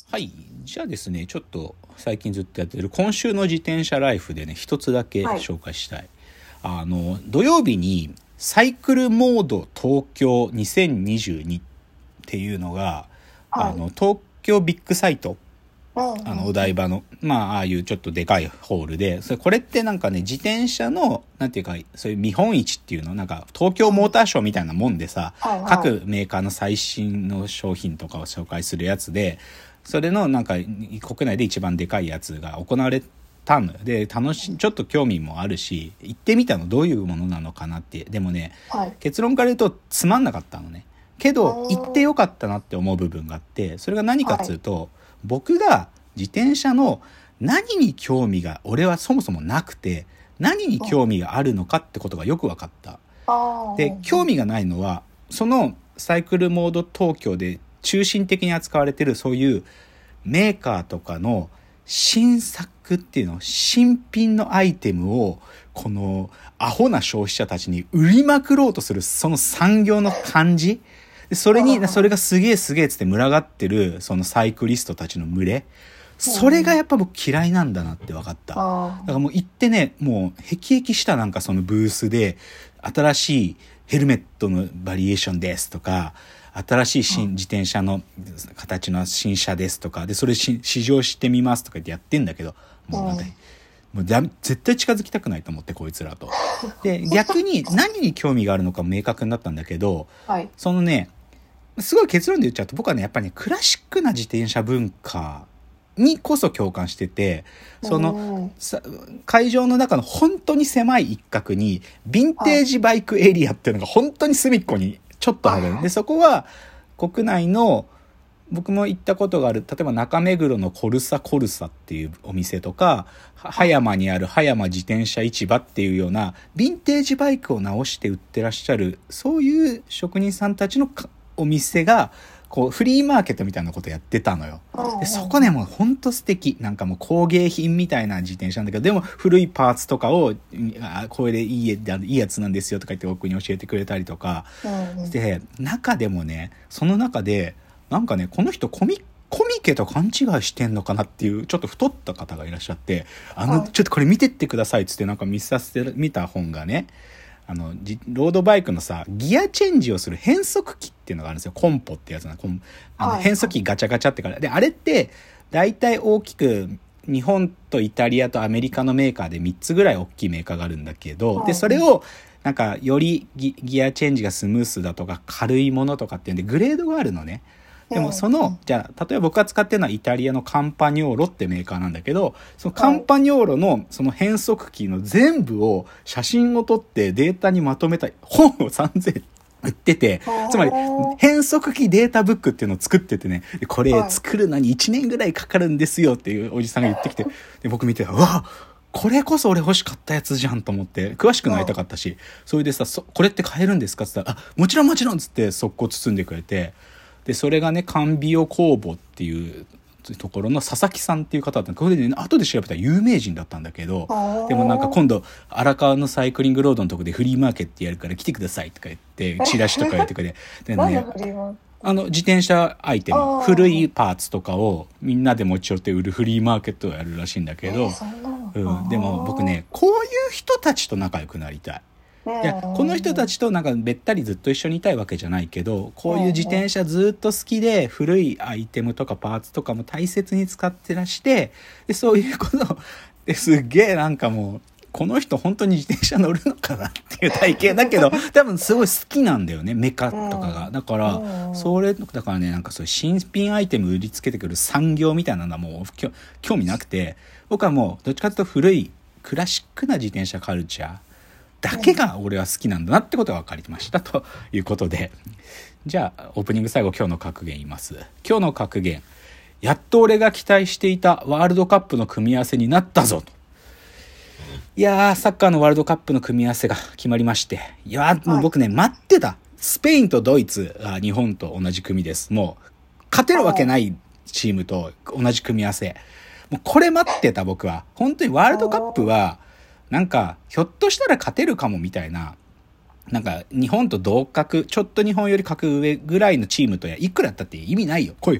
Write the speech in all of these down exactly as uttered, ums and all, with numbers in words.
はい。じゃあですね、ちょっと最近ずっとやってる今週の自転車ライフでね、一つだけ紹介したい。はい、あの、土曜日にサイクルモード東京にせんにじゅうにっていうのが、はい、あの、東京ビッグサイト、あの、お台場の、まあ、ああいうちょっとでかいホールで、それ、これってなんかね、自転車の、なんていうか、そういう見本市っていうの、なんか、東京モーターショーみたいなもんでさ、はいはい、各メーカーの最新の商品とかを紹介するやつで、それのなんか国内で一番でかいやつが行われたので、楽しちょっと興味もあるし、行ってみたのどういうものなのかなって。でもね、はい、結論から言うとつまんなかったのね。けど行ってよかったなって思う部分があって、それが何かっていうと、はい、僕が自転車の何に興味が俺はそもそもなくて、何に興味があるのかってことがよく分かった。で、興味がないのはそのサイクルモード東京で中心的に扱われてるそういうメーカーとかの新作っていうの、新品のアイテムをこのアホな消費者たちに売りまくろうとするその産業の感じ、それにそれがすげえすげえつって群がってるそのサイクリストたちの群れ、それがやっぱ僕嫌いなんだなって分かった。だからもう行ってね、もうへきへきした、なんかそのブースで新しいヘルメットのバリエーションですとか、新しい新自転車の形の新車ですとかで、それ試乗してみますとか言ってやってんだけど、もうなんか、もうだ絶対近づきたくないと思って、こいつらと。で、逆に何に興味があるのか明確になったんだけど、はい、そのね、すごい結論で言っちゃうと、僕はね、やっぱりね、クラシックな自転車文化にこそ共感してて、その会場の中の本当に狭い一角にヴィンテージバイクエリアっていうのが本当に隅っこにちょっとある。で、そこは国内の僕も行ったことがある、例えば中目黒のコルサコルサっていうお店とか、葉山にある葉山自転車市場っていうようなヴィンテージバイクを直して売ってらっしゃる、そういう職人さんたちのお店がこうフリーマーケットみたいなことやってたのよ。で、そこね、もうほんと素敵。なんかもう工芸品みたいな自転車なんだけど、でも古いパーツとかを、あ、これでいい、いいやつなんですよとか言って僕に教えてくれたりとか。で、中でもね、その中で、なんかね、この人コミ、コミケと勘違いしてんのかなっていう、ちょっと太った方がいらっしゃって、あの、ちょっとこれ見てってくださいっつってなんか見させてみた本がね、あのロードバイクのさ、ギアチェンジをする変速機っていうのがあるんですよ。コンポってやつな、コンあの変速機ガチャガチャってから、であれって大体大きく日本とイタリアとアメリカのメーカーでみっつぐらい大きいメーカーがあるんだけど、でそれをなんかより ギ, ギアチェンジがスムースだとか軽いものとかっていうんでグレードがあるのね。でもその、じゃあ、例えば僕が使ってるのはイタリアのカンパニョーロってメーカーなんだけど、そのカンパニョーロのその変速機の全部を写真を撮ってデータにまとめた本をさんぜん売ってて、つまり変速機データブックっていうのを作っててね、これ作るのにいちねんぐらいかかるんですよっていうおじさんが言ってきて、で僕見て、うわ、これこそ俺欲しかったやつじゃんと思って詳しくなりたかったし、それでさ、そこれって買えるんですかって言ったら、あ、もちろんもちろんっつって速攻包んでくれて、でそれがね、カンビオ工房っていうところの佐々木さんっていう方だった。これでね、後で調べたら有名人だったんだけど、でもなんか今度荒川のサイクリングロードのとこでフリーマーケットやるから来てくださいとか言ってチラシとか言ってくれて、でね、あの自転車アイテム、古いパーツとかをみんなで持ち寄って売るフリーマーケットをやるらしいんだけど、うん、でも僕ね、こういう人たちと仲良くなりたい。いや、この人たちとなんかべったりずっと一緒にいたいわけじゃないけど、こういう自転車ずっと好きで古いアイテムとかパーツとかも大切に使ってらして、でそういうことですっげえなんかもうこの人本当に自転車乗るのかなっていう体型だけど多分すごい好きなんだよね、メカとかが。だからそれだからね、なんかそういう新品アイテム売りつけてくる産業みたいなのはもう興味なくて、僕はもうどっちかというと古いクラシックな自転車カルチャーだけが俺は好きなんだなってことが分かりましたということで、じゃあオープニング最後今日の格言言います。今日の格言、やっと俺が期待していたワールドカップの組み合わせになったぞと。いやー、サッカーのワールドカップの組み合わせが決まりまして、いやー、もう僕ね、待ってた。スペインとドイツが日本と同じ組です。もう勝てるわけないチームと同じ組み合わせ、もうこれ待ってた。僕は本当にワールドカップはなんかひょっとしたら勝てるかもみたいな、なんか日本と同格、ちょっと日本より格上ぐらいのチームとやいくらだったって意味ないよ。こういう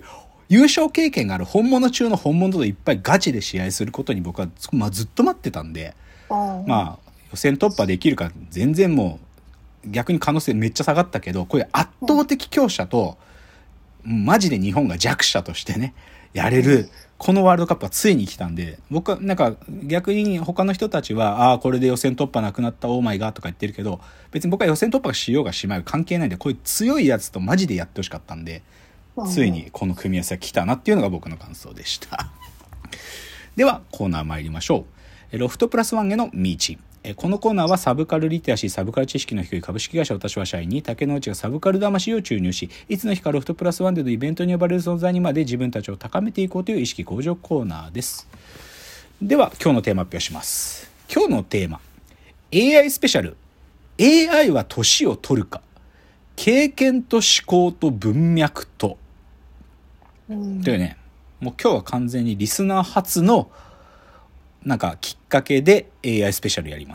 優勝経験がある本物中の本物といっぱいガチで試合することに僕は、まあ、ずっと待ってたんで、まあ予選突破できるか全然もう逆に可能性めっちゃ下がったけど、これ圧倒的強者とマジで日本が弱者としてねやれるこのワールドカップはついに来たんで、僕はなんか逆に他の人たちはああこれで予選突破なくなったオーマイガーとか言ってるけど、別に僕は予選突破しようがしまいが関係ないんで、こういう強いやつとマジでやってほしかったんで、ついにこの組み合わせが来たなっていうのが僕の感想でしたではコーナー参りましょう。ロフトプラスワンへの道。このコーナーはサブカルリテラシー、サブカル知識の低い株式会社私は社員に竹之内がサブカル魂を注入し、いつの日かロフトプラスワンでのイベントに呼ばれる存在にまで自分たちを高めていこうという意識向上コーナーです。では今日のテーマ発表します。今日のテーマ エーアイ スペシャル、 エーアイ は年を取るか、経験と思考と文脈と、うん、というね、もう今日は完全にリスナー初のなんかきっかけで エーアイ スペシャルやります。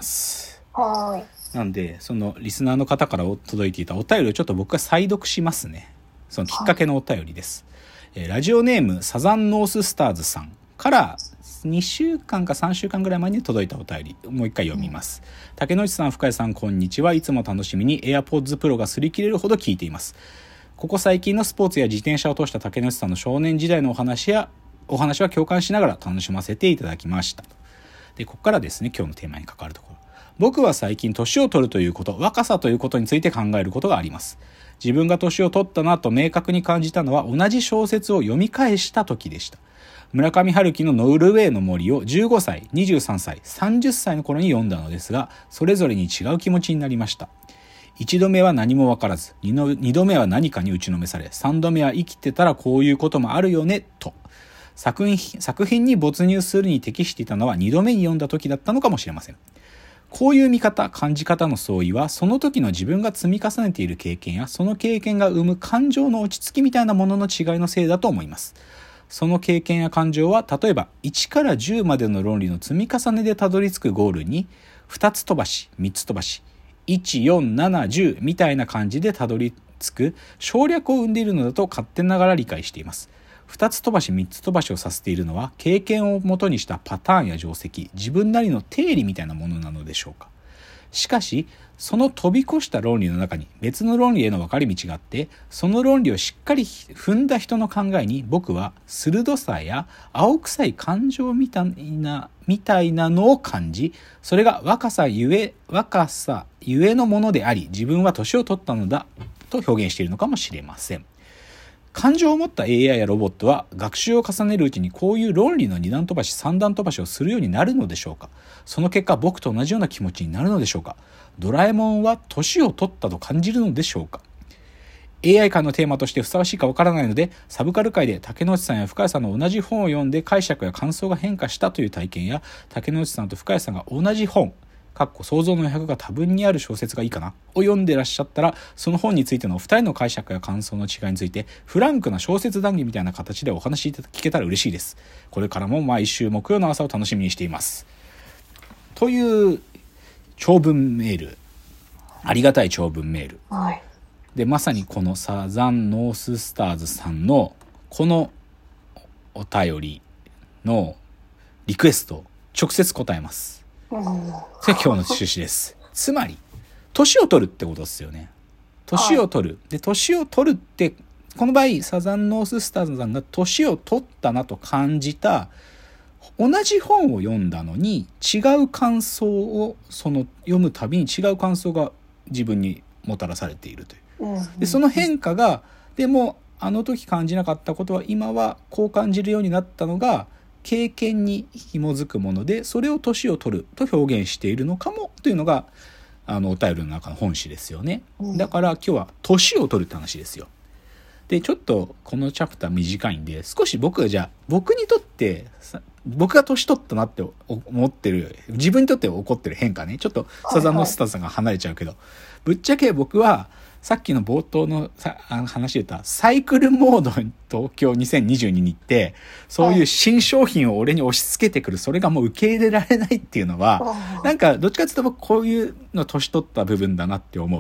はい。 なんでそのリスナーの方から届いていたお便りをちょっと僕が再読しますね。そのきっかけのお便りです。えー、ラジオネームサザンノーススターズさんからにしゅうかんかさんしゅうかんぐらい前に届いたお便り、もう一回読みます。うん、竹之内さん、深谷さん、こんにちは。いつも楽しみに AirPods Pro が擦り切れるほど聞いています。ここ最近のスポーツや自転車を通した竹之内さんの少年時代のお話やお話は共感しながら楽しませていただきました。で、ここからですね、今日のテーマに関わるところ。僕は最近年を取るということ、若さということについて考えることがあります。自分が年を取ったなと明確に感じたのは同じ小説を読み返した時でした。村上春樹のノルウェーの森をじゅうごさい、にじゅうさんさい、さんじゅっさいの頃に読んだのですが、それぞれに違う気持ちになりました。一度目は何も分からず、二度目は何かに打ちのめされ、三度目は生きてたらこういうこともあるよね、と。作品、作品に没入するに適していたのは二度目に読んだ時だったのかもしれません。こういう見方、感じ方の相違は、その時の自分が積み重ねている経験や、その経験が生む感情の落ち着きみたいなものの違いのせいだと思います。その経験や感情は、例えばいちからじゅうまでの論理の積み重ねでたどり着くゴールに、ふたつ飛ばし、みっつ飛ばし、いち、よん、なな、じゅうみたいな感じでたどり着く省略を生んでいるのだと勝手ながら理解しています。ふたつ飛ばしみっつ飛ばしをさせているのは経験をもとにしたパターンや定石、自分なりの定理みたいなものなのでしょうか。しかしその飛び越した論理の中に別の論理への分かれ道があって、その論理をしっかり踏んだ人の考えに僕は鋭さや青臭い感情みたいなみたいなのを感じ、それが若さゆえ若さゆえのものであり、自分は年を取ったのだと表現しているのかもしれません。感情を持った エーアイ やロボットは学習を重ねるうちにこういう論理の二段飛ばし三段飛ばしをするようになるのでしょうか。その結果僕と同じような気持ちになるのでしょうか。ドラえもんは年を取ったと感じるのでしょうか。 エーアイ 界のテーマとしてふさわしいかわからないので、サブカル界で竹之内さんや深谷さんの同じ本を読んで解釈や感想が変化したという体験や、竹之内さんと深谷さんが同じ本かっこ想像の余白が多分にある小説がいいかなを読んでらっしゃったら、その本についてのお二人の解釈や感想の違いについてフランクな小説談義みたいな形でお話聞けたら嬉しいです。これからも毎週木曜の朝を楽しみにしています、という長文メール、ありがたい長文メール、はい、でまさにこのサザンノーススターズさんのこのお便りのリクエストを直接答えます。それが今日の趣旨です。つまり年を取るってことですよね。年を取る、で年を取るってこの場合サザンノーススターズさんが年を取ったなと感じた、同じ本を読んだのに違う感想をその読むたびに違う感想が自分にもたらされているという。でその変化がでもあの時感じなかったことは今はこう感じるようになったのが経験に紐づくもので、それを年を取ると表現しているのかもというのがあのお便りの中の本旨ですよね。だから今日は年を取るって話ですよ。でちょっとこのチャプター短いんで、少し僕がじゃあ僕にとって僕が年取ったなって思ってる、自分にとって起こってる変化ね、ちょっとサザンのスターさんが離れちゃうけど、ぶっちゃけ僕はさっきの冒頭のさあの話で言ったサイクルモード東京にせんにじゅうにに行って、そういう新商品を俺に押し付けてくる、それがもう受け入れられないっていうのは、なんかどっちかっていうと僕こういうの年取った部分だなって思う。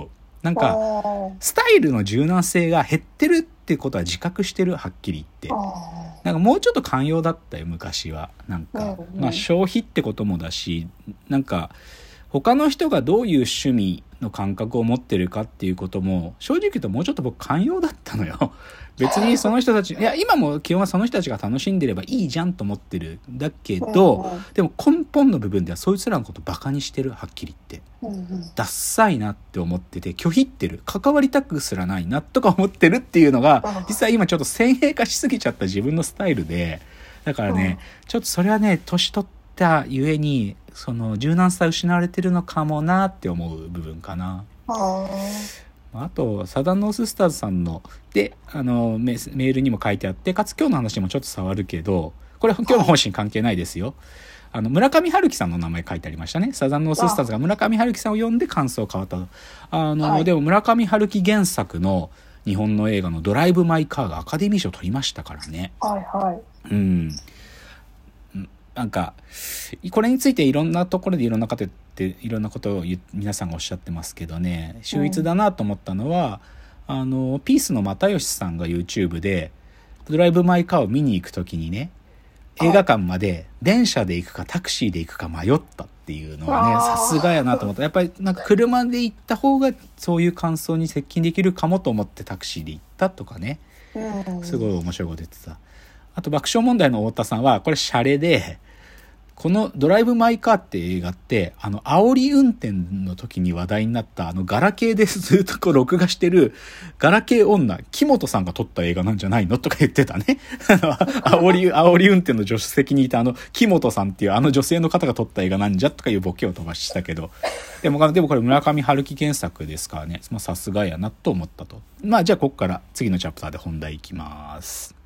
なんかスタイルの柔軟性が減ってるってことは自覚してる、はっきり言って。なんかもうちょっと寛容だったよ昔は。なんか、まあ消費ってこともだし、なんか他の人がどういう趣味の感覚を持ってるかっていうことも正直言うともうちょっと僕寛容だったのよ。別にその人たち、いや今も基本はその人たちが楽しんでればいいじゃんと思ってるんだけど、でも根本の部分ではそいつらのことバカにしてる、はっきり言って。ダッサいなって思ってて拒否ってる、関わりたくすらないなとか思ってるっていうのが実は今ちょっと先鋭化しすぎちゃった自分のスタイルで、だからねちょっとそれはね年取ったゆえにその柔軟さ失われてるのかもなって思う部分かな。ああとサザンノーススターズさんのであの メ, メールにも書いてあって、かつ今日の話にもちょっと触るけど、これ今日の方針関係ないですよ。あの村上春樹さんの名前書いてありましたね。サザンノーススターズが村上春樹さんを読んで感想を変わったと。あの、はい、でも村上春樹原作の日本の映画のドライブ・マイ・カーがアカデミー賞取りましたからね。 はいはい。 うん。なんかこれについていろんなところでいろんな方っていろんなことを皆さんがおっしゃってますけどね、秀逸だなと思ったのは、うん、あのピースの又吉さんが YouTube でドライブ・マイ・カーを見に行くときにね、映画館まで電車で行くかタクシーで行くか迷ったっていうのはね、さすがやなと思った。やっぱりなんか車で行った方がそういう感想に接近できるかもと思ってタクシーで行ったとかね、すごい面白いこと言ってた。あと爆笑問題の太田さんはこれシャレで、このドライブ・マイ・カーって映画ってあの煽り運転の時に話題になったあのガラケーでずっとこう録画してるガラケー女木本さんが撮った映画なんじゃないのとか言ってたね。あの煽り煽り運転の助手席にいたあの木本さんっていうあの女性の方が撮った映画なんじゃとかいうボケを飛ばしたけど、でもでもこれ村上春樹原作ですからね、さすがやなと思ったと。まあじゃあここから次のチャプターで本題いきます。